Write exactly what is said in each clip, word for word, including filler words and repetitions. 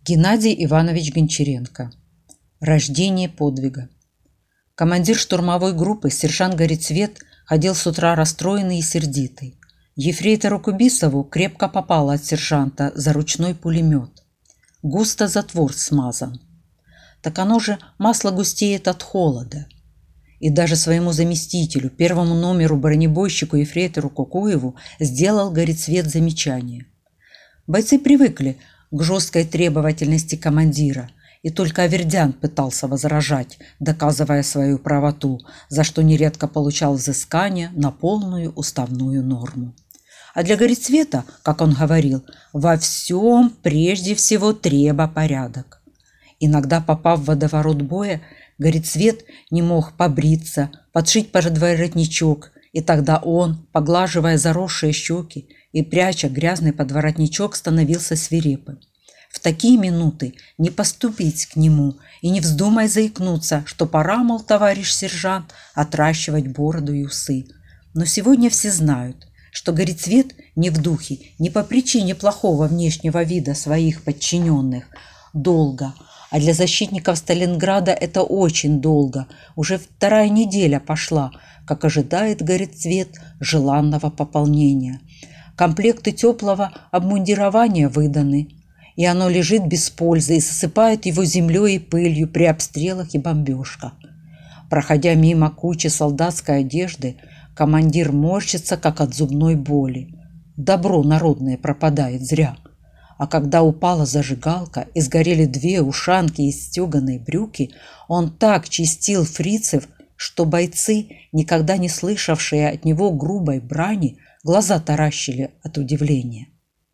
Геннадий Иванович Гончаренко. Рождение подвига. Командир штурмовой группы сержант Горецвет ходил с утра расстроенный и сердитый. Ефрейтору Кубисову крепко попало от сержанта за ручной пулемет. Густо затвор смазан. Так оно же масло густеет от холода. И даже своему заместителю, первому номеру бронебойщику ефрейтору Кукуеву, сделал Горецвет замечание. Бойцы привыкли к жесткой требовательности командира, и только Авердян пытался возражать, доказывая свою правоту, за что нередко получал взыскание на полную уставную норму. А для Горецвета, как он говорил, во всем прежде всего треба порядок. Иногда, попав в водоворот боя, Горецвет не мог побриться, подшить подворотничок, и тогда он, поглаживая заросшие щеки и пряча грязный подворотничок, становился свирепым. В такие минуты не поступить к нему и не вздумай заикнуться, что пора, мол, товарищ сержант, отращивать бороду и усы. Но сегодня все знают, что Горецвет не в духе, не по причине плохого внешнего вида своих подчиненных. Долго, а для защитников Сталинграда это очень долго, уже вторая неделя пошла, как ожидает Горецвет желанного пополнения. Комплекты теплого обмундирования выданы, и оно лежит без пользы и засыпает его землей и пылью при обстрелах и бомбежках. Проходя мимо кучи солдатской одежды, командир морщится, как от зубной боли. Добро народное пропадает зря. А когда упала зажигалка и сгорели две ушанки и стеганые брюки, он так чистил фрицев, что бойцы, никогда не слышавшие от него грубой брани, глаза таращили от удивления.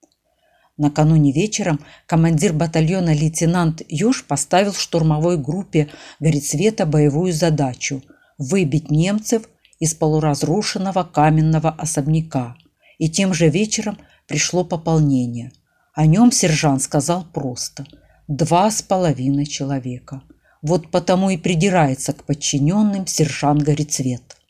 Накануне вечером командир батальона лейтенант Юж поставил штурмовой группе Горецвета боевую задачу – выбить немцев из полуразрушенного каменного особняка. И тем же вечером пришло пополнение. О нем сержант сказал просто – два с половиной человека. Вот потому и придирается к подчиненным сержант Горецвет.